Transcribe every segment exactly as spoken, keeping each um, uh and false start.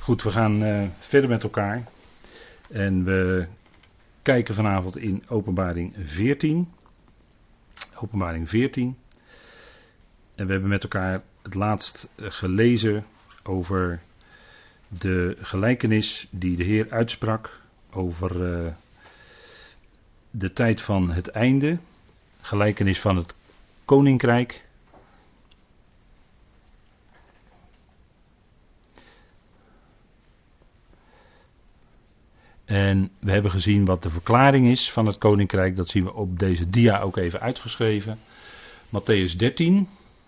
Goed, we gaan uh, verder met elkaar. En we kijken vanavond in Openbaring veertien. Openbaring veertien. En we hebben met elkaar het laatst gelezen over de gelijkenis die de Heer uitsprak over uh, de tijd van het einde. Gelijkenis van het koninkrijk. En we hebben gezien wat de verklaring is van het koninkrijk. Dat zien we op deze dia ook even uitgeschreven. Mattheüs dertien.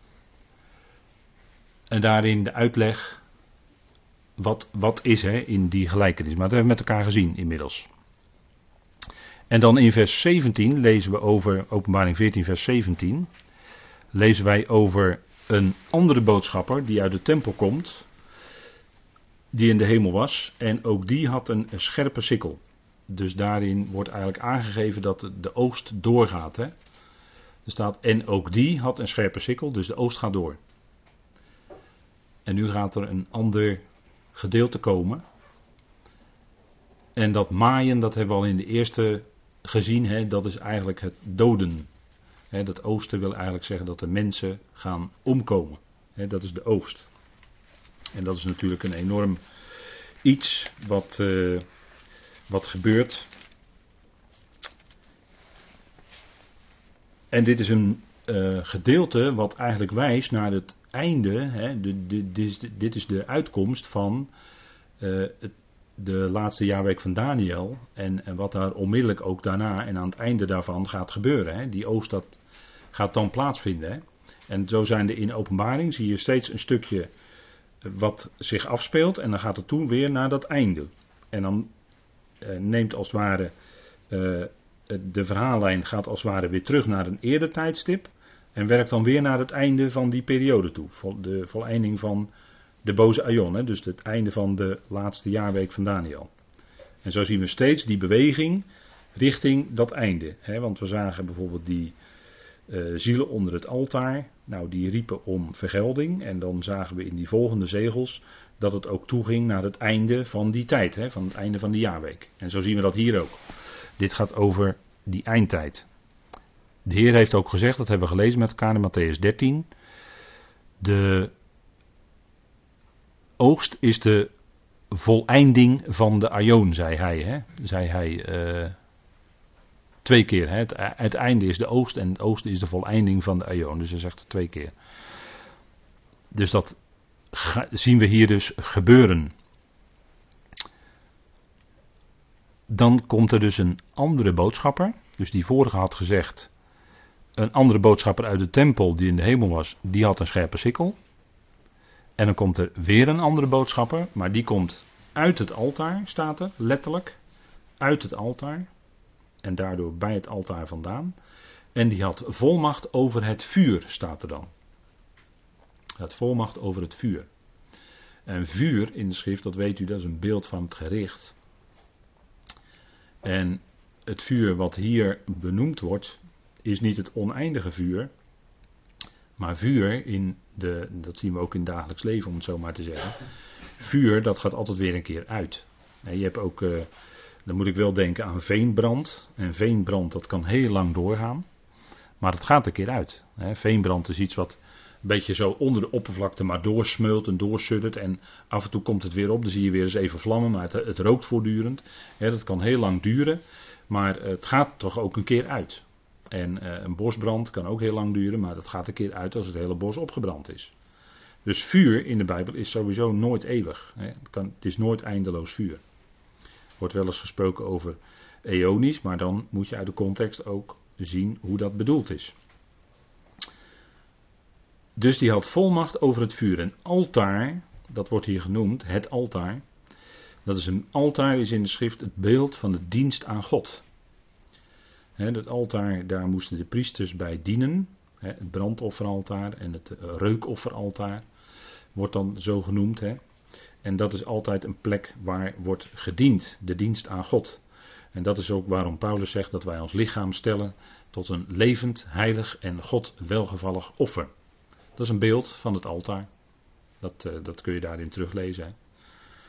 En daarin de uitleg. Wat, wat is hè, in die gelijkenis. Maar dat hebben we met elkaar gezien inmiddels. En dan in vers zeventien lezen we over, Openbaring veertien vers zeventien. Lezen wij over een andere boodschapper die uit de tempel komt. Die in de hemel was. En ook die had een, een scherpe sikkel. Dus daarin wordt eigenlijk aangegeven dat de, de oogst doorgaat. Hè? Er staat, en ook die had een scherpe sikkel, dus de oogst gaat door. En nu gaat er een ander gedeelte komen. En dat maaien, dat hebben we al in de eerste gezien, hè? Dat is eigenlijk het doden. Hè? Dat oosten wil eigenlijk zeggen dat de mensen gaan omkomen. Hè? Dat is de oogst. En dat is natuurlijk een enorm iets wat, uh, wat gebeurt. En dit is een uh, gedeelte wat eigenlijk wijst naar het einde. Hè, de, de, dit, dit is de uitkomst van uh, het, de laatste jaarweek van Daniel. En, en wat daar onmiddellijk ook daarna en aan het einde daarvan gaat gebeuren. Hè. Die oost dat gaat dan plaatsvinden. Hè. En zo zijn er in Openbaring, zie je steeds een stukje wat zich afspeelt en dan gaat het toen weer naar dat einde. En dan uh, neemt als het ware uh, de verhaallijn gaat als het ware weer terug naar een eerder tijdstip en werkt dan weer naar het einde van die periode toe. De voleinding van de boze aion, hè, dus het einde van de laatste jaarweek van Daniel. En zo zien we steeds die beweging richting dat einde. Hè, want we zagen bijvoorbeeld die Uh, zielen onder het altaar, nou die riepen om vergelding en dan zagen we in die volgende zegels dat het ook toeging naar het einde van die tijd, hè, van het einde van de jaarweek. En zo zien we dat hier ook. Dit gaat over die eindtijd. De Heer heeft ook gezegd, dat hebben we gelezen met elkaar in Mattheüs dertien, de oogst is de voleinding van de aion, zei hij, hè, zei hij uh, Twee keer. Hè. Het, het einde is de oogst en het oogst is de voleinding van de aion. Dus hij zegt het twee keer. Dus dat ga, zien we hier dus gebeuren. Dan komt er dus een andere boodschapper. Dus die vorige had gezegd. Een andere boodschapper uit de tempel die in de hemel was. Die had een scherpe sikkel. En dan komt er weer een andere boodschapper. Maar die komt uit het altaar, staat er letterlijk. Uit het altaar. En daardoor bij het altaar vandaan. En die had volmacht over het vuur, staat er dan. Had volmacht over het vuur. En vuur in de schrift, dat weet u, dat is een beeld van het gericht. En het vuur wat hier benoemd wordt, is niet het oneindige vuur. Maar vuur, in de, dat zien we ook in het dagelijks leven om het zo maar te zeggen. Vuur, dat gaat altijd weer een keer uit. En je hebt ook... Uh, Dan moet ik wel denken aan veenbrand. En veenbrand dat kan heel lang doorgaan. Maar het gaat een keer uit. Veenbrand is iets wat een beetje zo onder de oppervlakte maar doorsmeult en doorsuddert. En af en toe komt het weer op. Dan zie je weer eens even vlammen. Maar het, het rookt voortdurend. Dat kan heel lang duren. Maar het gaat toch ook een keer uit. En een bosbrand kan ook heel lang duren. Maar dat gaat een keer uit als het hele bos opgebrand is. Dus vuur in de Bijbel is sowieso nooit eeuwig. Het, kan, het is nooit eindeloos vuur. Er wordt wel eens gesproken over eonisch, maar dan moet je uit de context ook zien hoe dat bedoeld is. Dus die had volmacht over het vuur. En altaar, dat wordt hier genoemd, het altaar. Dat is een altaar, is in de schrift het beeld van de dienst aan God. He, het altaar, daar moesten de priesters bij dienen. He, het brandofferaltaar en het reukofferaltaar wordt dan zo genoemd. He. En dat is altijd een plek waar wordt gediend, de dienst aan God. En dat is ook waarom Paulus zegt dat wij ons lichaam stellen tot een levend, heilig en God welgevallig offer. Dat is een beeld van het altaar. Dat, uh, dat kun je daarin teruglezen. Hè.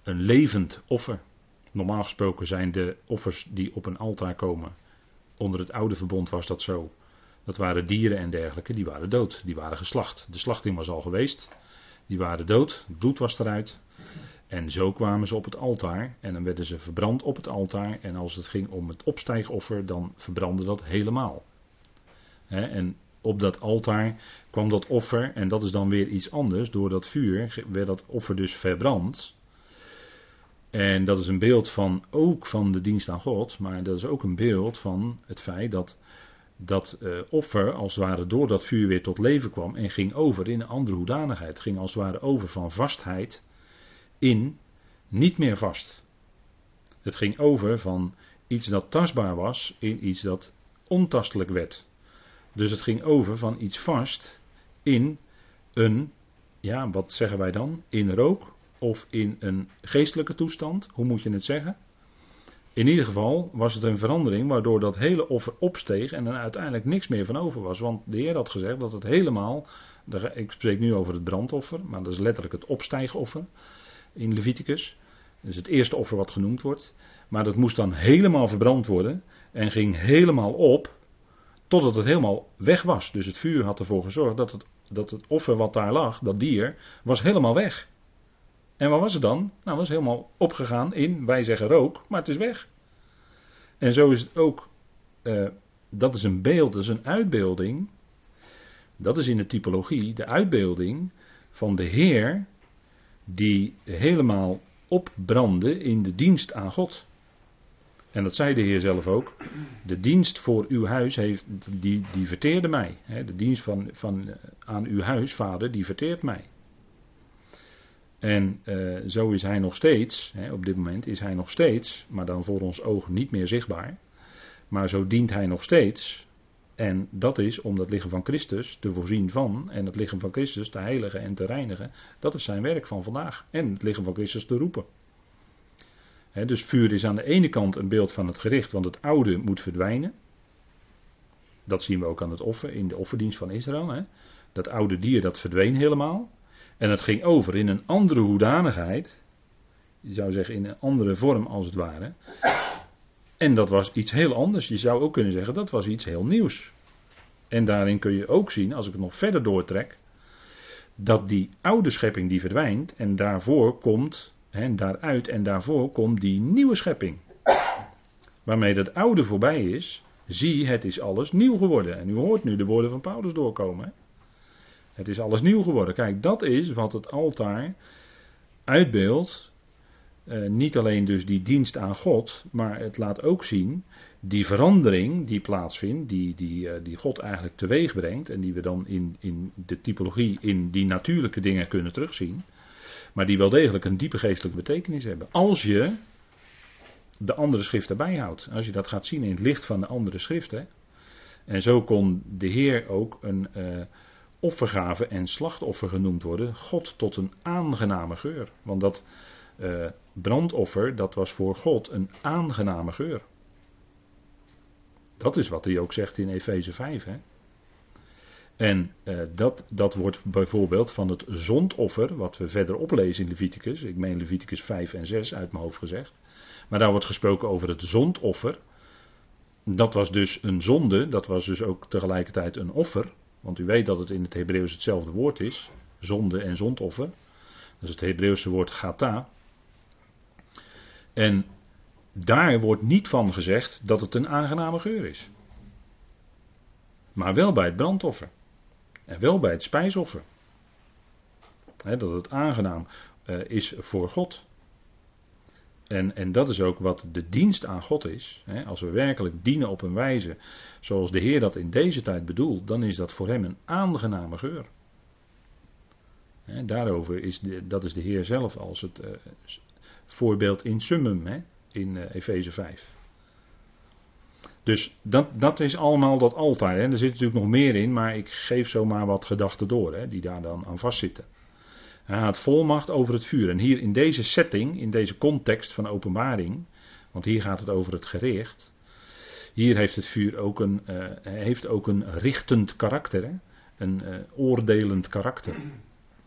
een levend offer. Normaal gesproken zijn de offers die op een altaar komen, onder het oude verbond was dat zo. Dat waren dieren en dergelijke, die waren dood, die waren geslacht. De slachting was al geweest, die waren dood, het bloed was eruit. En zo kwamen ze op het altaar en dan werden ze verbrand op het altaar. En als het ging om het opstijgoffer, dan verbrandde dat helemaal. He, en op dat altaar kwam dat offer, en dat is dan weer iets anders. Door dat vuur werd dat offer dus verbrand. En dat is een beeld van, ook van de dienst aan God, maar dat is ook een beeld van het feit dat dat uh, offer als het ware door dat vuur weer tot leven kwam en ging over in een andere hoedanigheid. Ging als het ware over van vastheid in niet meer vast. Het ging over van iets dat tastbaar was in iets dat ontastelijk werd. Dus het ging over van iets vast in een, ja, wat zeggen wij dan? In rook of in een geestelijke toestand. Hoe moet je het zeggen? In ieder geval was het een verandering waardoor dat hele offer opsteeg en er uiteindelijk niks meer van over was. Want de Heer had gezegd dat het helemaal, ik spreek nu over het brandoffer, maar dat is letterlijk het opstijgoffer in Leviticus. Dat is het eerste offer wat genoemd wordt. Maar dat moest dan helemaal verbrand worden en ging helemaal op totdat het helemaal weg was. Dus het vuur had ervoor gezorgd dat het, dat het offer wat daar lag, dat dier, was helemaal weg. En wat was het dan? Nou, het was helemaal opgegaan in, wij zeggen rook, maar het is weg. En zo is het ook, uh, dat is een beeld, dat is een uitbeelding, dat is in de typologie, de uitbeelding van de Heer die helemaal opbrandde in de dienst aan God. En dat zei de Heer zelf ook, de dienst voor uw huis, heeft, die, die verteerde mij. Hè, de dienst van, van, aan uw huis, vader, die verteert mij. En uh, zo is hij nog steeds, hè, op dit moment is hij nog steeds, maar dan voor ons oog niet meer zichtbaar. Maar zo dient hij nog steeds. En dat is om dat lichaam van Christus te voorzien van, en het lichaam van Christus te heiligen en te reinigen. Dat is zijn werk van vandaag. En het lichaam van Christus te roepen. Hè, dus vuur is aan de ene kant een beeld van het gericht, want het oude moet verdwijnen. Dat zien we ook aan het offer, in de offerdienst van Israël. Hè. Dat oude dier, dat verdween helemaal. En het ging over in een andere hoedanigheid. Je zou zeggen in een andere vorm als het ware. En dat was iets heel anders. Je zou ook kunnen zeggen dat was iets heel nieuws. En daarin kun je ook zien, als ik het nog verder doortrek, dat die oude schepping die verdwijnt en daarvoor komt, en daaruit en daarvoor komt die nieuwe schepping. Waarmee dat oude voorbij is, zie het is alles nieuw geworden. En u hoort nu de woorden van Paulus doorkomen. Hè? Het is alles nieuw geworden. Kijk, dat is wat het altaar uitbeeldt. Uh, niet alleen dus die dienst aan God, maar het laat ook zien die verandering die plaatsvindt, die, die, uh, die God eigenlijk teweeg brengt en die we dan in, in de typologie in die natuurlijke dingen kunnen terugzien, maar die wel degelijk een diepe geestelijke betekenis hebben. Als je de andere schrift erbij houdt, als je dat gaat zien in het licht van de andere schriften. En zo kon de Heer ook een uh, offergave en slachtoffer genoemd worden, God tot een aangename geur. Want dat uh, brandoffer, dat was voor God een aangename geur. Dat is wat hij ook zegt in Efeze vijf. Hè? En uh, dat, dat wordt bijvoorbeeld van het zondoffer, wat we verder oplezen in Leviticus. Ik meen Leviticus vijf en zes uit mijn hoofd gezegd. Maar daar wordt gesproken over het zondoffer. Dat was dus een zonde, dat was dus ook tegelijkertijd een offer. Want u weet dat het in het Hebreeuws hetzelfde woord is. Zonde en zondoffer. Dat is het Hebreeuwse woord gata. En daar wordt niet van gezegd dat het een aangename geur is. Maar wel bij het brandoffer. En wel bij het spijsoffer. He, dat het aangenaam uh, is voor God. En, en dat is ook wat de dienst aan God is. He, als we werkelijk dienen op een wijze zoals de Heer dat in deze tijd bedoelt, dan is dat voor hem een aangename geur. He, daarover is de, dat is de Heer zelf als het uh, voorbeeld in summum, he, in uh, Efeze vijf. Dus dat, dat is allemaal dat altaar. Hè. Er zit natuurlijk nog meer in, maar ik geef zomaar wat gedachten door, hè, die daar dan aan vastzitten. Hij had volmacht over het vuur. En hier in deze setting, in deze context van openbaring, want hier gaat het over het gericht. Hier heeft het vuur ook een, uh, heeft ook een richtend karakter, hè, een uh, oordelend karakter.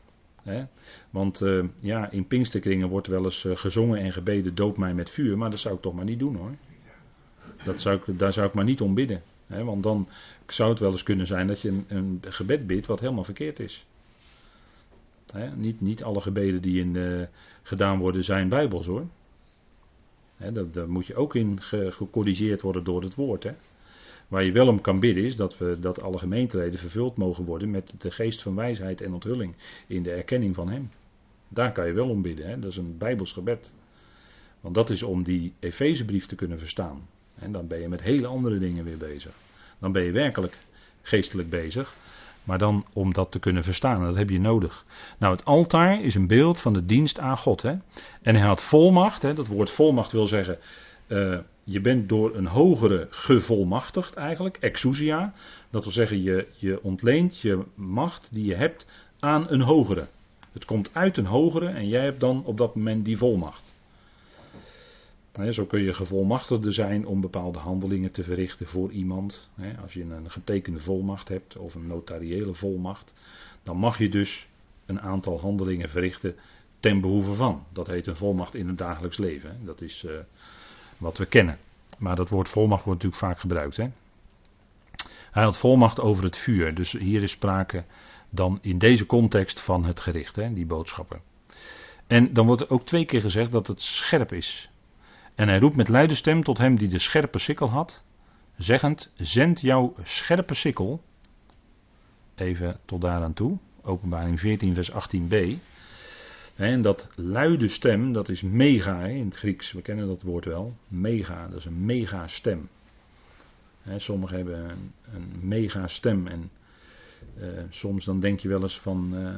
Hè? Want uh, ja, in Pinksterkringen wordt wel eens uh, gezongen en gebeden, doop mij met vuur. Maar dat zou ik toch maar niet doen hoor. Dat zou ik, daar zou ik maar niet om bidden. Hè? Want dan zou het wel eens kunnen zijn dat je een, een gebed bidt wat helemaal verkeerd is. Hè? Niet, niet alle gebeden die in, uh, gedaan worden zijn bijbels hoor. Hè? Dat, daar moet je ook in ge, gecorrigeerd worden door het woord. Hè? Waar je wel om kan bidden is dat, we, dat alle gemeenteleden vervuld mogen worden met de geest van wijsheid en onthulling in de erkenning van hem. Daar kan je wel om bidden. Hè? Dat is een bijbels gebed. Want dat is om die Efezebrief te kunnen verstaan. En dan ben je met hele andere dingen weer bezig. Dan ben je werkelijk geestelijk bezig. Maar dan om dat te kunnen verstaan, dat heb je nodig. Nou, het altaar is een beeld van de dienst aan God. Hè? En hij had volmacht. Hè? Dat woord volmacht wil zeggen, uh, je bent door een hogere gevolmachtigd eigenlijk, exousia. Dat wil zeggen, je, je ontleent je macht die je hebt aan een hogere. Het komt uit een hogere en jij hebt dan op dat moment die volmacht. He, zo kun je gevolmachtigde zijn om bepaalde handelingen te verrichten voor iemand. He, als je een getekende volmacht hebt of een notariële volmacht, dan mag je dus een aantal handelingen verrichten ten behoeve van. Dat heet een volmacht in het dagelijks leven. He. Dat is uh, wat we kennen. Maar dat woord volmacht wordt natuurlijk vaak gebruikt. He. Hij had volmacht over het vuur. Dus hier is sprake dan in deze context van het gericht, he, die boodschappen. En dan wordt er ook twee keer gezegd dat het scherp is. En hij roept met luide stem tot hem die de scherpe sikkel had, zeggend, zend jouw scherpe sikkel, even tot daaraan toe, Openbaring veertien vers achttien b. En dat luide stem, dat is mega in het Grieks, we kennen dat woord wel, mega, dat is een mega stem. He, sommigen hebben een, een mega stem en uh, soms dan denk je wel eens van... Uh,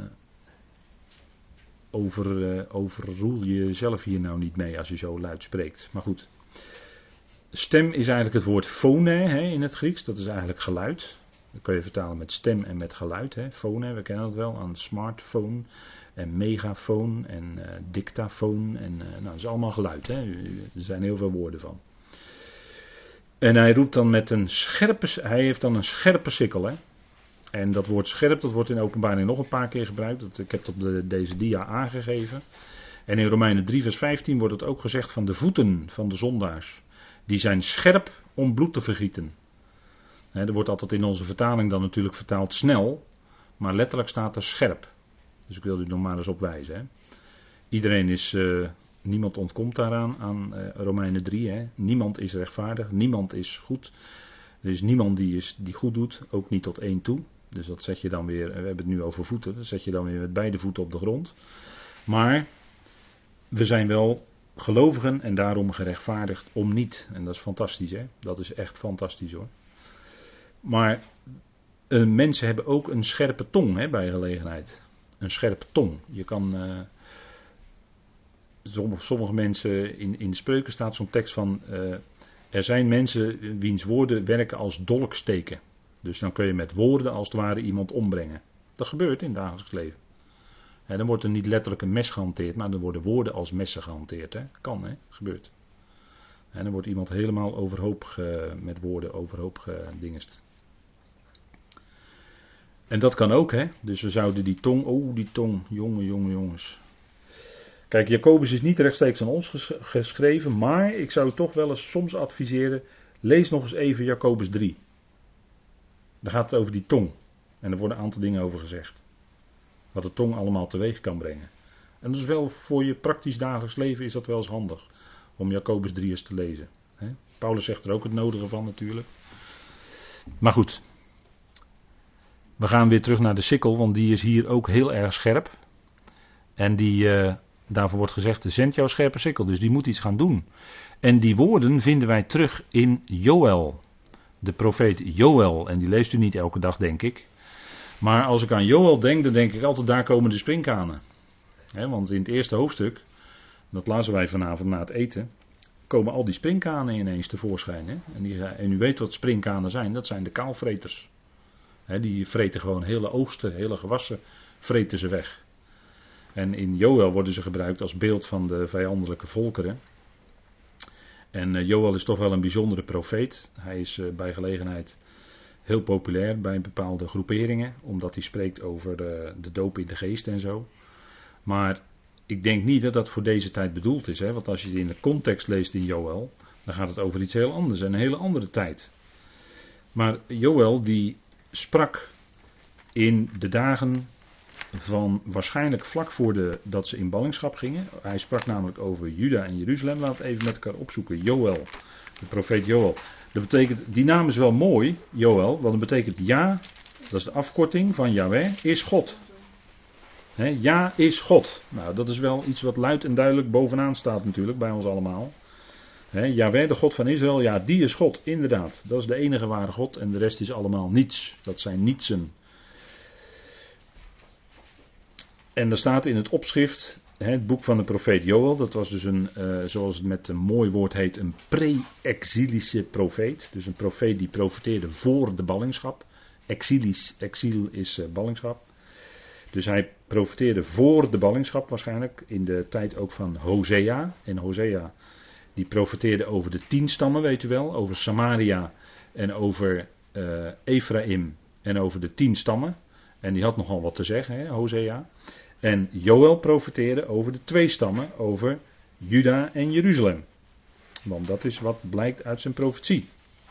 Over, uh, overroel je jezelf hier nou niet mee als je zo luid spreekt. Maar goed. Stem is eigenlijk het woord phone hè, in het Grieks. Dat is eigenlijk geluid. Dat kun je vertalen met stem en met geluid. Hè. Phone, we kennen dat wel. Aan smartphone en megafoon en uh, dictafoon. En, uh, nou, dat is allemaal geluid. Hè. Er zijn heel veel woorden van. En hij roept dan met een scherpe... Hij heeft dan een scherpe sikkel. Hè. En dat woord scherp, dat wordt in Openbaring nog een paar keer gebruikt. Ik heb dat op de, deze dia aangegeven. En in Romeinen drie vers vijftien wordt het ook gezegd van de voeten van de zondaars. Die zijn scherp om bloed te vergieten. He, er wordt altijd in onze vertaling dan natuurlijk vertaald snel. Maar letterlijk staat er scherp. Dus ik wil u nog maar eens op wijzen. Hè. Iedereen is, uh, niemand ontkomt daaraan aan uh, Romeinen drie. Hè. Niemand is rechtvaardig, niemand is goed. Er is niemand die, is, die goed doet, ook niet tot één toe. Dus dat zet je dan weer, we hebben het nu over voeten, dat zet je dan weer met beide voeten op de grond. Maar we zijn wel gelovigen en daarom gerechtvaardigd om niet. En dat is fantastisch hè, dat is echt fantastisch hoor. Maar uh, mensen hebben ook een scherpe tong hè, bij gelegenheid. Een scherpe tong. Je kan, uh, sommige, sommige mensen, in, in de Spreuken staat zo'n tekst van... Uh, er zijn mensen wiens woorden werken als dolksteken. Dus dan kun je met woorden als het ware iemand ombrengen. Dat gebeurt in het dagelijks leven. He, dan wordt er niet letterlijk een mes gehanteerd, maar dan worden woorden als messen gehanteerd. Hè. Kan, hè? Gebeurt. En dan wordt iemand helemaal overhoop ge, met woorden overhoop gedingest. En dat kan ook, hè. Dus we zouden die tong, oh die tong, jongen, jongen, jongens. Kijk, Jacobus is niet rechtstreeks aan ons ges- geschreven, maar ik zou toch wel eens soms adviseren, lees nog eens even Jacobus drie. Daar gaat het over die tong. En er worden een aantal dingen over gezegd. Wat de tong allemaal teweeg kan brengen. En dat is wel voor je praktisch dagelijks leven is dat wel eens handig. Om Jacobus drie eens te lezen. He? Paulus zegt er ook het nodige van natuurlijk. Maar goed. We gaan weer terug naar de sikkel, want die is hier ook heel erg scherp. En die... Uh, Daarvoor wordt gezegd, zend jouw scherpe sikkel. Dus die moet iets gaan doen. En die woorden vinden wij terug in Joël. De profeet Joël. En die leest u niet elke dag, denk ik. Maar als ik aan Joël denk, dan denk ik altijd, daar komen de springkanen. He, want in het eerste hoofdstuk, dat lazen wij vanavond na het eten, komen al die springkanen ineens tevoorschijn. He. En, die, en u weet wat springkanen zijn, dat zijn de kaalvreters. He, die vreten gewoon hele oogsten, hele gewassen, vreten ze weg. En in Joël worden ze gebruikt als beeld van de vijandelijke volkeren. En uh, Joël is toch wel een bijzondere profeet. Hij is uh, bij gelegenheid heel populair bij bepaalde groeperingen. Omdat hij spreekt over uh, de doop in de geest en zo. Maar ik denk niet dat dat voor deze tijd bedoeld is. Hè? Want als je het in de context leest in Joël, dan gaat het over iets heel anders. Een hele andere tijd. Maar Joël die sprak in de dagen van waarschijnlijk vlak voor de, dat ze in ballingschap gingen. Hij sprak namelijk over Juda en Jeruzalem. Laten we het even met elkaar opzoeken. Joël, de profeet Joël. Dat betekent, die naam is wel mooi, Joël, want dat betekent ja, dat is de afkorting van Yahweh, is God. He, ja is God. Nou, dat is wel iets wat luid en duidelijk bovenaan staat natuurlijk bij ons allemaal. He, Yahweh, de God van Israël, ja, die is God, inderdaad. Dat is de enige ware God en de rest is allemaal niets. Dat zijn nietsen. En er staat in het opschrift, het boek van de profeet Joël, dat was dus een, uh, zoals het met een mooi woord heet, een pre-exilische profeet. Dus een profeet die profeteerde voor de ballingschap. Exilis, exil is uh, ballingschap. Dus hij profeteerde voor de ballingschap waarschijnlijk, in de tijd ook van Hosea. En Hosea die profeteerde over de tien stammen, weet u wel, over Samaria en over uh, Ephraim en over de tien stammen. En die had nogal wat te zeggen, hè, Hosea. En Joël profeteerde over de twee stammen, over Juda en Jeruzalem. Want dat is wat blijkt uit zijn profetie.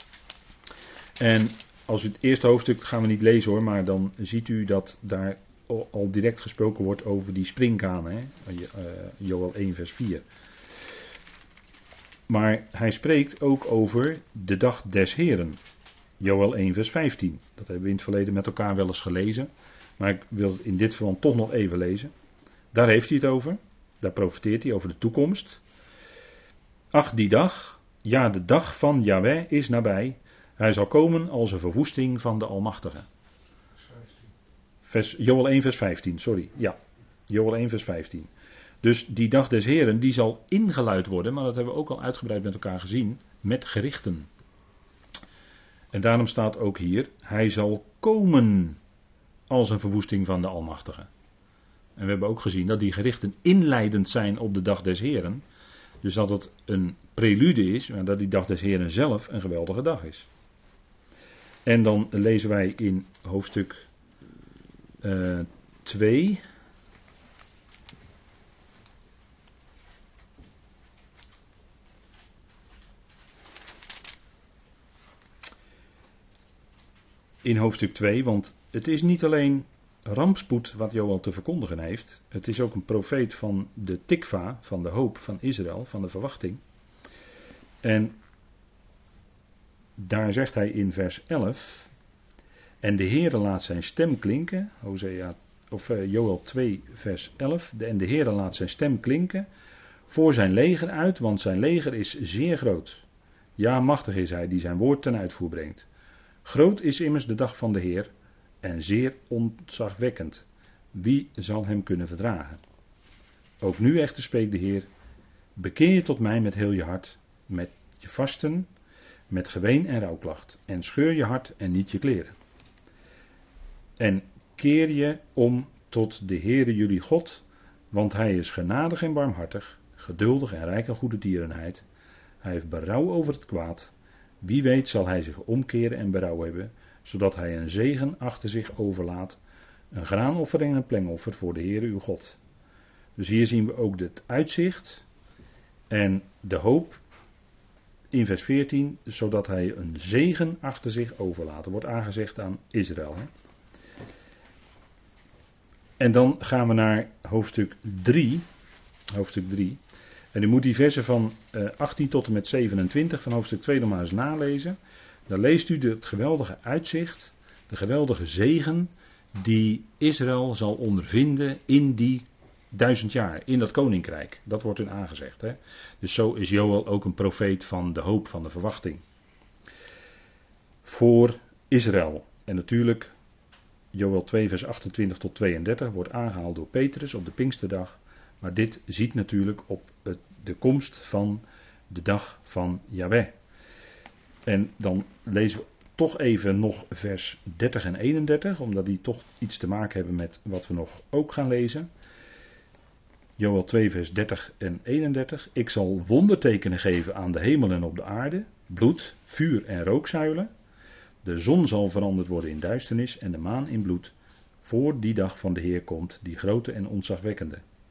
En als u het eerste hoofdstuk, gaan we niet lezen hoor, maar dan ziet u dat daar al direct gesproken wordt over die springkanen. Hè? Joël één vers vier. Maar hij spreekt ook over de dag des Heren. Joël één vers vijftien. Dat hebben we in het verleden met elkaar wel eens gelezen. Maar ik wil het in dit verband toch nog even lezen. Daar heeft hij het over. Daar profeteert hij over de toekomst. Ach, die dag. Ja, de dag van Yahweh is nabij. Hij zal komen als een verwoesting van de Almachtige. Vers, Joël één vers vijftien, sorry. Ja, Joël één vers vijftien. Dus die dag des Heren, die zal ingeluid worden. Maar dat hebben we ook al uitgebreid met elkaar gezien. Met gerichten. En daarom staat ook hier. Hij zal komen als een verwoesting van de Almachtige. En we hebben ook gezien dat die gerichten inleidend zijn op de dag des Heren. Dus dat het een prelude is, maar dat die dag des Heren zelf een geweldige dag is. En dan lezen wij in hoofdstuk uh, twee. In hoofdstuk twee, want het is niet alleen rampspoed wat Joël te verkondigen heeft. Het is ook een profeet van de tikva, van de hoop van Israël, van de verwachting. En daar zegt hij in vers elf. En de Heere laat zijn stem klinken. Hosea, of uh, Joël twee vers elf. De, en de Heere laat zijn stem klinken voor zijn leger uit, want zijn leger is zeer groot. Ja, machtig is hij die zijn woord ten uitvoer brengt. Groot is immers de dag van de Heer en zeer ontzagwekkend. Wie zal hem kunnen verdragen? Ook nu echter spreekt de Heer, bekeer je tot mij met heel je hart, met je vasten, met geween en rouwklacht, en scheur je hart en niet je kleren. En keer je om tot de Heere jullie God, want hij is genadig en barmhartig, geduldig en rijk aan goede tierenheid. Hij heeft berouw over het kwaad. Wie weet zal hij zich omkeren en berouw hebben, zodat hij een zegen achter zich overlaat, een graanoffer en een plengoffer voor de Heere uw God. Dus hier zien we ook het uitzicht en de hoop in vers veertien, zodat hij een zegen achter zich overlaat. Er wordt aangezegd aan Israël. Hè? En dan gaan we naar hoofdstuk drie. Hoofdstuk drie. En u moet die versen van uh, achttien tot en met zevenentwintig van hoofdstuk twee nog maar eens nalezen. Dan leest u het geweldige uitzicht, de geweldige zegen die Israël zal ondervinden in die duizend jaar, in dat koninkrijk. Dat wordt hun aangezegd. Hè? Dus zo is Joël ook een profeet van de hoop, van de verwachting. Voor Israël. En natuurlijk, Joël twee vers achtentwintig tot tweeëndertig wordt aangehaald door Petrus op de Pinksterdag. Maar dit ziet natuurlijk op het, de komst van de dag van Yahweh. En dan lezen we toch even nog vers dertig en eenendertig, omdat die toch iets te maken hebben met wat we nog ook gaan lezen. Joël twee vers dertig en eenendertig. Ik zal wondertekenen geven aan de hemel en op de aarde, bloed, vuur en rookzuilen. De zon zal veranderd worden in duisternis en de maan in bloed, voor die dag van de Heer komt, die grote en ontzagwekkende.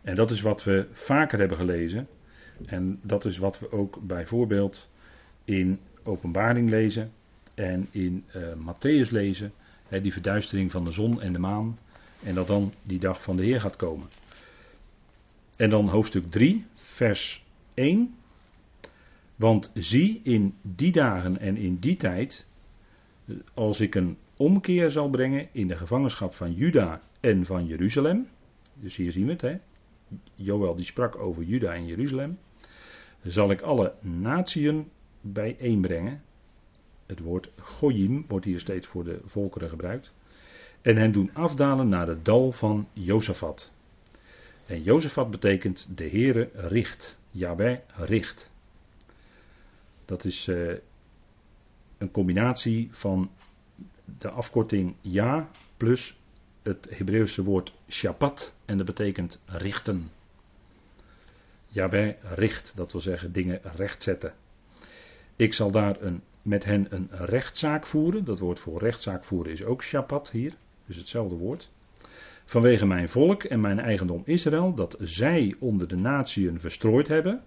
En dat is wat we vaker hebben gelezen. En dat is wat we ook bijvoorbeeld in Openbaring lezen en in uh, Matthäus lezen. Hè, die verduistering van de zon en de maan. En dat dan die dag van de Heer gaat komen. En dan hoofdstuk drie, vers één. Want zie, in die dagen en in die tijd, als ik een omkeer zal brengen in de gevangenschap van Juda en van Jeruzalem. Dus hier zien we het, hè. Joël die sprak over Juda en Jeruzalem. Zal ik alle natieën bijeenbrengen. Het woord Goyim wordt hier steeds voor de volkeren gebruikt. En hen doen afdalen naar het dal van Jozafat. En Jozafat betekent de Heere richt. Jahweh richt. Dat is uh, een combinatie van de afkorting Ja plus het Hebreeuwse woord Shabbat. En dat betekent richten. Jahweh richt, dat wil zeggen dingen rechtzetten. Ik zal daar een, met hen een rechtszaak voeren. Dat woord voor rechtszaak voeren is ook Shabbat hier. Dus hetzelfde woord. Vanwege mijn volk en mijn eigendom Israël, dat zij onder de natieën verstrooid hebben.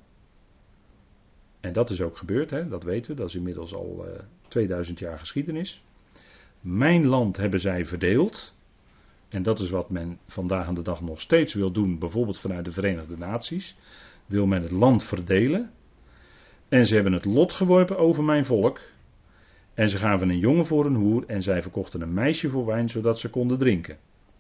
En dat is ook gebeurd, hè? Dat weten we. Dat is inmiddels al uh, tweeduizend jaar geschiedenis. Mijn land hebben zij verdeeld. En dat is wat men vandaag aan de dag nog steeds wil doen. Bijvoorbeeld vanuit de Verenigde Naties. Wil men het land verdelen. En ze hebben het lot geworpen over mijn volk. En ze gaven een jongen voor een hoer. En zij verkochten een meisje voor wijn, zodat ze konden drinken.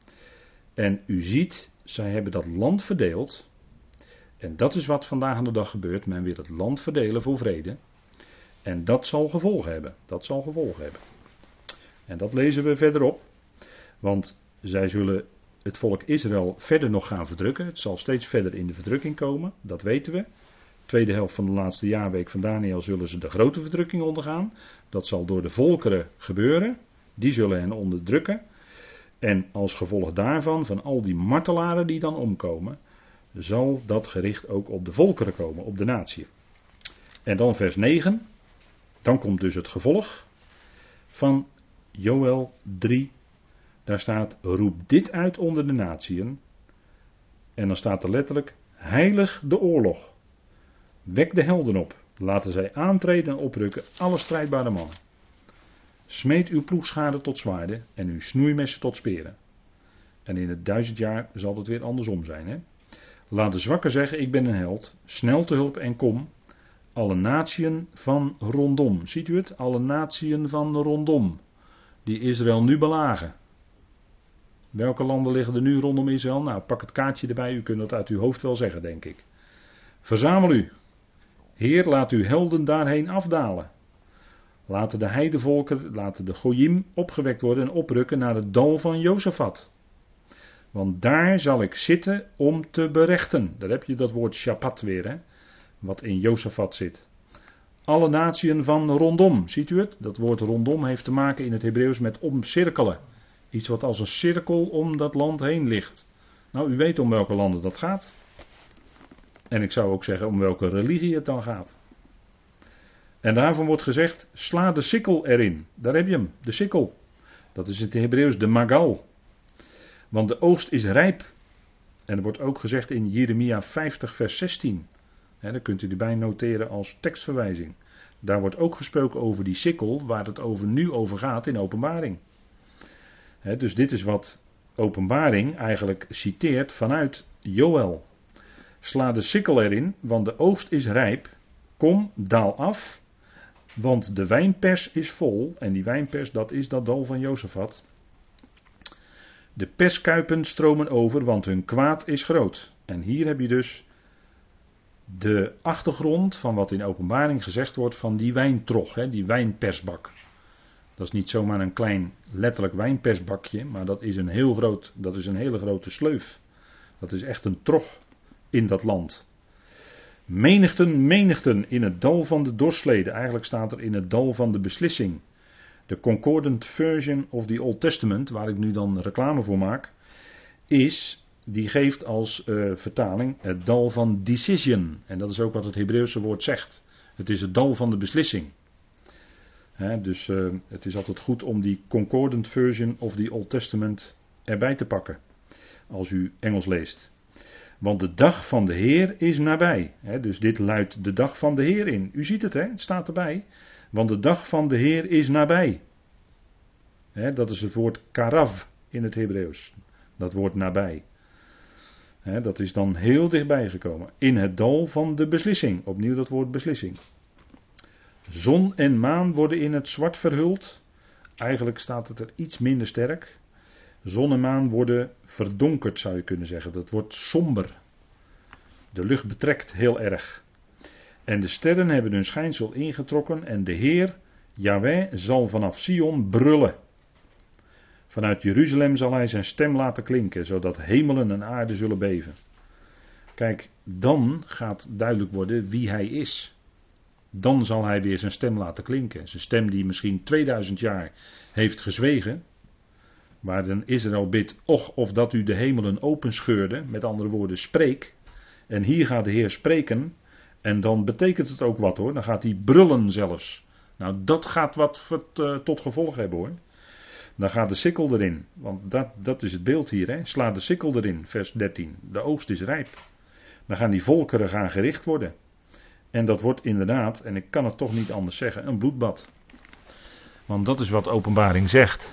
En u ziet, zij hebben dat land verdeeld. En dat is wat vandaag aan de dag gebeurt. Men wil het land verdelen voor vrede. En dat zal gevolgen hebben. Dat zal gevolgen hebben. En dat lezen we verderop. Want zij zullen het volk Israël verder nog gaan verdrukken. Het zal steeds verder in de verdrukking komen. Dat weten we. Tweede helft van de laatste jaarweek van Daniël zullen ze de grote verdrukking ondergaan. Dat zal door de volkeren gebeuren. Die zullen hen onderdrukken. En als gevolg daarvan, van al die martelaren die dan omkomen, zal dat gericht ook op de volkeren komen, op de natie. En dan vers negen. Dan komt dus het gevolg van Joël drie. Daar staat, roep dit uit onder de natieën. En dan staat er letterlijk, heilig de oorlog. Wek de helden op. Laten zij aantreden en oprukken, alle strijdbare mannen. Smeet uw ploegschade tot zwaarden en uw snoeimessen tot speren. En in het duizend jaar zal het weer andersom zijn. Hè? Laat de zwakken zeggen, ik ben een held. Snel te hulp en kom. Alle natieën van rondom. Ziet u het? Alle natieën van rondom. Die Israël nu belagen. Welke landen liggen er nu rondom Israël? Nou, pak het kaartje erbij. U kunt dat uit uw hoofd wel zeggen, denk ik. Verzamel u. Heer, laat uw helden daarheen afdalen. Laten de heidevolken, laten de Goyim opgewekt worden en oprukken naar het dal van Jozafat. Want daar zal ik zitten om te berechten. Daar heb je dat woord Shabbat weer, hè, wat in Jozafat zit. Alle natieën van rondom, ziet u het? Dat woord rondom heeft te maken in het Hebreeuws met omcirkelen. Iets wat als een cirkel om dat land heen ligt. Nou, u weet om welke landen dat gaat. En ik zou ook zeggen om welke religie het dan gaat. En daarvan wordt gezegd, sla de sikkel erin. Daar heb je hem, de sikkel. Dat is in het Hebreeuws de magal. Want de oogst is rijp. En er wordt ook gezegd in Jeremia vijftig vers zestien. He, daar kunt u erbij noteren als tekstverwijzing. Daar wordt ook gesproken over die sikkel, waar het over nu over gaat in Openbaring. He, dus dit is wat Openbaring eigenlijk citeert vanuit Joël. Sla de sikkel erin, want de oogst is rijp. Kom, daal af, want de wijnpers is vol. En die wijnpers, dat is dat dal van Jozafat. De perskuipen stromen over, want hun kwaad is groot. En hier heb je dus de achtergrond van wat in Openbaring gezegd wordt van die wijntrog, hè, die wijnpersbak. Dat is niet zomaar een klein letterlijk wijnpersbakje, maar dat is een heel groot, dat is een hele grote sleuf. Dat is echt een trog in dat land. Menigten, menigten in het dal van de dorsleden. Eigenlijk staat er in het dal van de beslissing. De Concordant Version of the Old Testament, waar ik nu dan reclame voor maak, is, die geeft als uh, vertaling het dal van decision. En dat is ook wat het Hebreeuwse woord zegt. Het is het dal van de beslissing. He, dus uh, het is altijd goed om die Concordant Version of the Old Testament erbij te pakken. Als u Engels leest. Want de dag van de Heer is nabij. He, dus dit luidt de dag van de Heer in. U ziet het, hè? Het staat erbij. Want de dag van de Heer is nabij. He, dat is het woord karav in het Hebreeuws. Dat woord nabij. He, dat is dan heel dichtbij gekomen. In het dal van de beslissing. Opnieuw dat woord beslissing. Zon en maan worden in het zwart verhuld. Eigenlijk staat het er iets minder sterk. Zon en maan worden verdonkerd, zou je kunnen zeggen. Dat wordt somber. De lucht betrekt heel erg. En de sterren hebben hun schijnsel ingetrokken. En de Heer, Yahweh, zal vanaf Sion brullen. Vanuit Jeruzalem zal hij zijn stem laten klinken, zodat hemelen en aarde zullen beven. Kijk, dan gaat duidelijk worden wie hij is. Dan zal hij weer zijn stem laten klinken. Zijn stem die misschien tweeduizend jaar heeft gezwegen. Waar dan Israël bidt, och of dat u de hemelen openscheurde. Met andere woorden, spreek. En hier gaat de Heer spreken. En dan betekent het ook wat hoor. Dan gaat hij brullen zelfs. Nou, dat gaat wat tot gevolg hebben hoor. Dan gaat de sikkel erin. Want dat, dat is het beeld hier. Hè. Sla de sikkel erin, vers dertien. De oogst is rijp. Dan gaan die volkeren gaan gericht worden. En dat wordt inderdaad, en ik kan het toch niet anders zeggen, een bloedbad. Want dat is wat Openbaring zegt.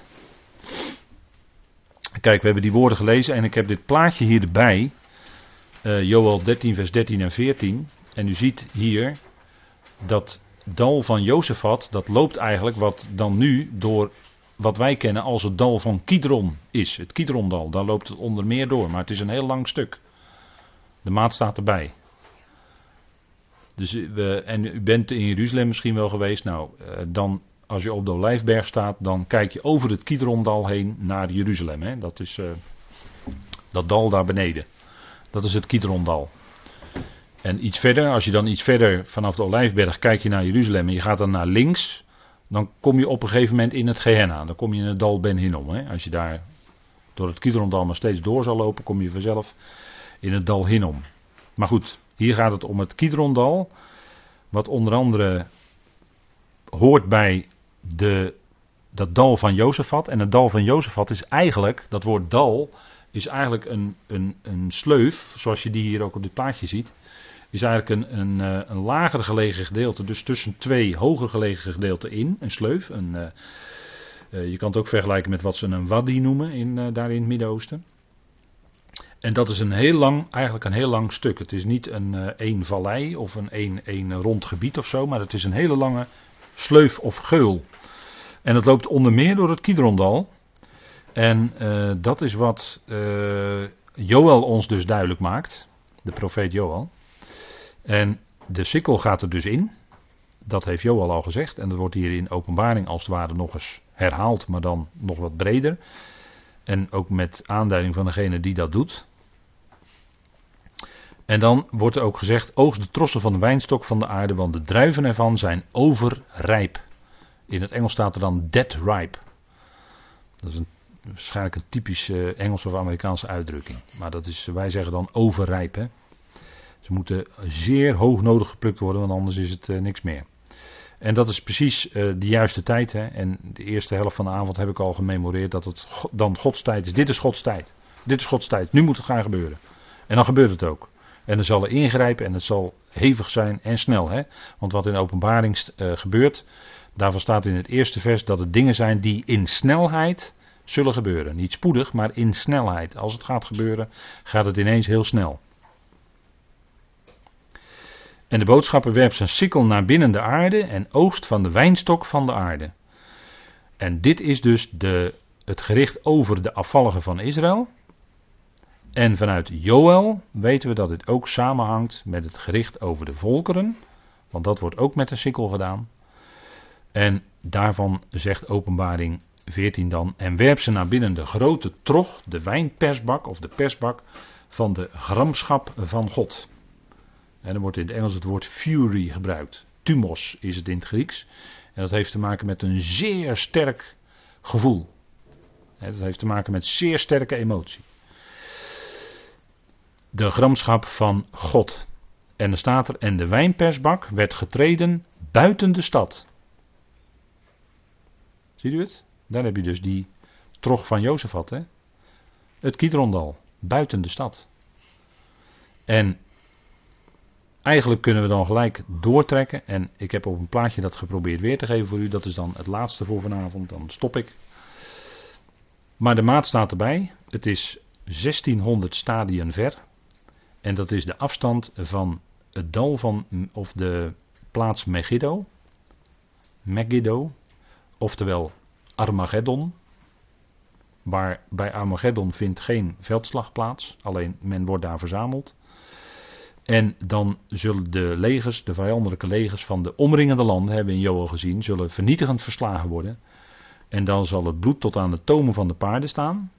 Kijk, we hebben die woorden gelezen en ik heb dit plaatje hier erbij. Uh, Joël dertien, vers dertien en veertien. En u ziet hier dat dal van Jozefat, dat loopt eigenlijk wat dan nu door wat wij kennen als het dal van Kidron is. Het Kidrondal, daar loopt het onder meer door. Maar het is een heel lang stuk. De maat staat erbij. Dus we, en u bent in Jeruzalem misschien wel geweest. Nou, dan als je op de Olijfberg staat, dan kijk je over het Kidrondal heen naar Jeruzalem. Hè? Dat is uh, dat dal daar beneden. Dat is het Kidrondal. En iets verder, als je dan iets verder vanaf de Olijfberg kijk je naar Jeruzalem en je gaat dan naar links, dan kom je op een gegeven moment in het Gehenna. Dan kom je in het dal Ben Hinnom. Hè? Als je daar door het Kidrondal maar steeds door zal lopen, kom je vanzelf in het dal Hinnom. Maar goed, hier gaat het om het Kidrondal, wat onder andere hoort bij de, dat dal van Jozefat. En het dal van Jozefat is eigenlijk, dat woord dal, is eigenlijk een, een, een sleuf, zoals je die hier ook op dit plaatje ziet. Is eigenlijk een, een, een lager gelegen gedeelte, dus tussen twee hoger gelegen gedeelten in, een sleuf. Een, uh, uh, je kan het ook vergelijken met wat ze een wadi noemen in, uh, daar in het Midden-Oosten. En dat is een heel lang, eigenlijk een heel lang stuk. Het is niet een uh, één vallei of een één, één rond gebied of zo, maar het is een hele lange sleuf of geul. En dat loopt onder meer door het Kidrondal. En uh, dat is wat uh, Joël ons dus duidelijk maakt, de profeet Joël. En de sikkel gaat er dus in. Dat heeft Joël al gezegd. En dat wordt hier in Openbaring als het ware nog eens herhaald, maar dan nog wat breder. En ook met aanduiding van degene die dat doet. En dan wordt er ook gezegd, oogst de trossen van de wijnstok van de aarde, want de druiven ervan zijn overrijp. In het Engels staat er dan dead ripe. Dat is een, waarschijnlijk een typisch uh, Engelse of Amerikaanse uitdrukking. Maar dat is, wij zeggen dan overrijp. Hè? Ze moeten zeer hoog nodig geplukt worden, want anders is het uh, niks meer. En dat is precies uh, de juiste tijd. Hè? En de eerste helft van de avond heb ik al gememoreerd dat het go- dan Gods tijd is. Dit is Gods tijd. Dit is Gods tijd. Nu moet het gaan gebeuren. En dan gebeurt het ook. En er zal er ingrijpen en het zal hevig zijn en snel. Hè? Want wat in de openbaring uh, gebeurt, daarvan staat in het eerste vers dat het dingen zijn die in snelheid zullen gebeuren. Niet spoedig, maar in snelheid. Als het gaat gebeuren, gaat het ineens heel snel. En de boodschapper werpt zijn sikkel naar binnen de aarde en oogst van de wijnstok van de aarde. En dit is dus de, het gericht over de afvalligen van Israël. En vanuit Joël weten we dat dit ook samenhangt met het gericht over de volkeren. Want dat wordt ook met de sikkel gedaan. En daarvan zegt Openbaring veertien dan. En werp ze naar binnen de grote trog, de wijnpersbak of de persbak van de gramschap van God. En dan wordt in het Engels het woord fury gebruikt. Thumos is het in het Grieks. En dat heeft te maken met een zeer sterk gevoel. Dat heeft te maken met zeer sterke emotie. De gramschap van God. En er staat er, en de wijnpersbak werd getreden buiten de stad. Ziet u het? Daar heb je dus die trog van Jozefat. Hè? Het Kidrondal, buiten de stad. En eigenlijk kunnen we dan gelijk doortrekken. En ik heb op een plaatje dat geprobeerd weer te geven voor u. Dat is dan het laatste voor vanavond. Dan stop ik. Maar de maat staat erbij. Het is zestienhonderd stadien ver. En dat is de afstand van het dal van, of de plaats Megiddo. Megiddo. Oftewel Armageddon. Maar bij Armageddon vindt geen veldslag plaats. Alleen men wordt daar verzameld. En dan zullen de legers, de vijandelijke legers van de omringende landen, hebben we in Joël gezien, zullen vernietigend verslagen worden. En dan zal het bloed tot aan de tomen van de paarden staan.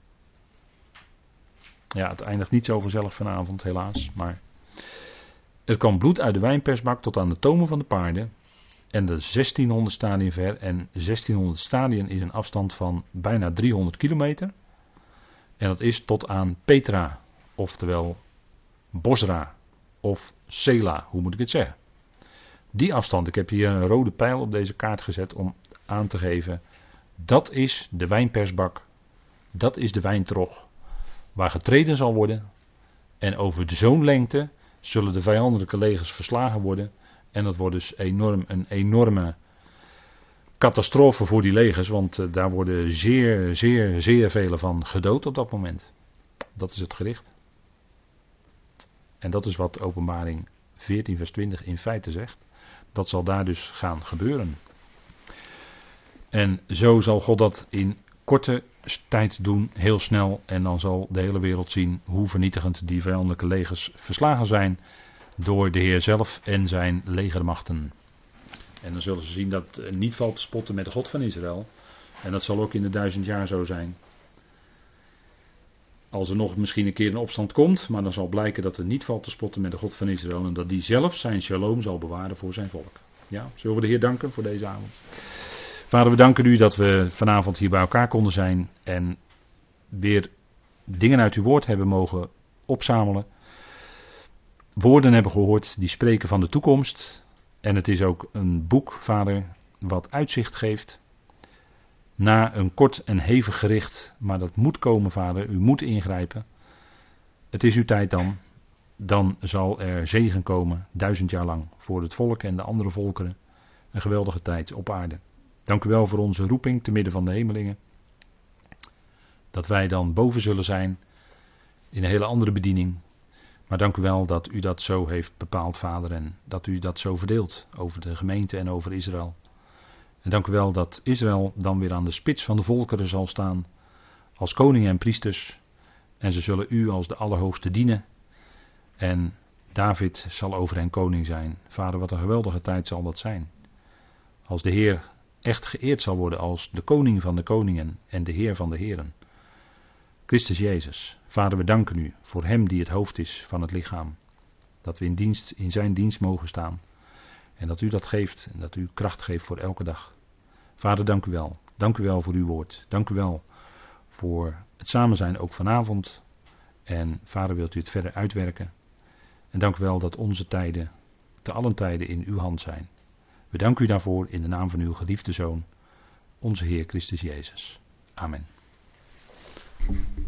Ja, het eindigt niet zo vanzelf vanavond, helaas. Maar er kwam bloed uit de wijnpersbak tot aan de tomen van de paarden. En de zestienhonderd stadien ver. En zestienhonderd stadien is een afstand van bijna driehonderd kilometer. En dat is tot aan Petra, oftewel Bosra of Sela, hoe moet ik het zeggen. Die afstand, ik heb hier een rode pijl op deze kaart gezet om aan te geven. Dat is de wijnpersbak. Dat is de wijntrog. Waar getreden zal worden. En over zo'n lengte zullen de vijandelijke legers verslagen worden. En dat wordt dus enorm, een enorme catastrofe voor die legers. Want uh, daar worden zeer, zeer, zeer vele van gedood op dat moment. Dat is het gericht. En dat is wat Openbaring veertien vers twintig in feite zegt. Dat zal daar dus gaan gebeuren. En zo zal God dat in korte tijd doen, heel snel. En dan zal de hele wereld zien hoe vernietigend die vijandelijke legers verslagen zijn door de Heer zelf en zijn legermachten. En dan zullen ze zien dat het niet valt te spotten met de God van Israël. En dat zal ook in de duizend jaar zo zijn. Als er nog misschien een keer een opstand komt, maar dan zal blijken dat er niet valt te spotten met de God van Israël. En dat die zelf zijn shalom zal bewaren voor zijn volk. Ja, zullen we de Heer danken voor deze avond. Vader, we danken u dat we vanavond hier bij elkaar konden zijn. En weer dingen uit uw woord hebben mogen opzamelen. Woorden hebben gehoord die spreken van de toekomst. En het is ook een boek, Vader, wat uitzicht geeft. Na een kort en hevig gericht, maar dat moet komen, Vader, u moet ingrijpen. Het is uw tijd dan. Dan zal er zegen komen, duizend jaar lang, voor het volk en de andere volkeren. Een geweldige tijd op aarde. Dank u wel voor onze roeping te midden van de hemelingen. Dat wij dan boven zullen zijn, in een hele andere bediening. Maar dank u wel dat u dat zo heeft bepaald, Vader, en dat u dat zo verdeelt over de gemeente en over Israël. En dank u wel dat Israël dan weer aan de spits van de volkeren zal staan, als koningen en priesters. En ze zullen u als de Allerhoogste dienen. En David zal over hen koning zijn. Vader, wat een geweldige tijd zal dat zijn. Als de Heer echt geëerd zal worden als de koning van de koningen en de Heer van de heren. Christus Jezus. Vader, we danken u voor hem die het hoofd is van het lichaam. Dat we in, dienst, in zijn dienst mogen staan. En dat u dat geeft en dat u kracht geeft voor elke dag. Vader, dank u wel. Dank u wel voor uw woord. Dank u wel voor het samen zijn ook vanavond. En Vader, wilt u het verder uitwerken. En dank u wel dat onze tijden te allen tijden in uw hand zijn. We danken u daarvoor in de naam van uw geliefde Zoon, onze Heer Christus Jezus. Amen.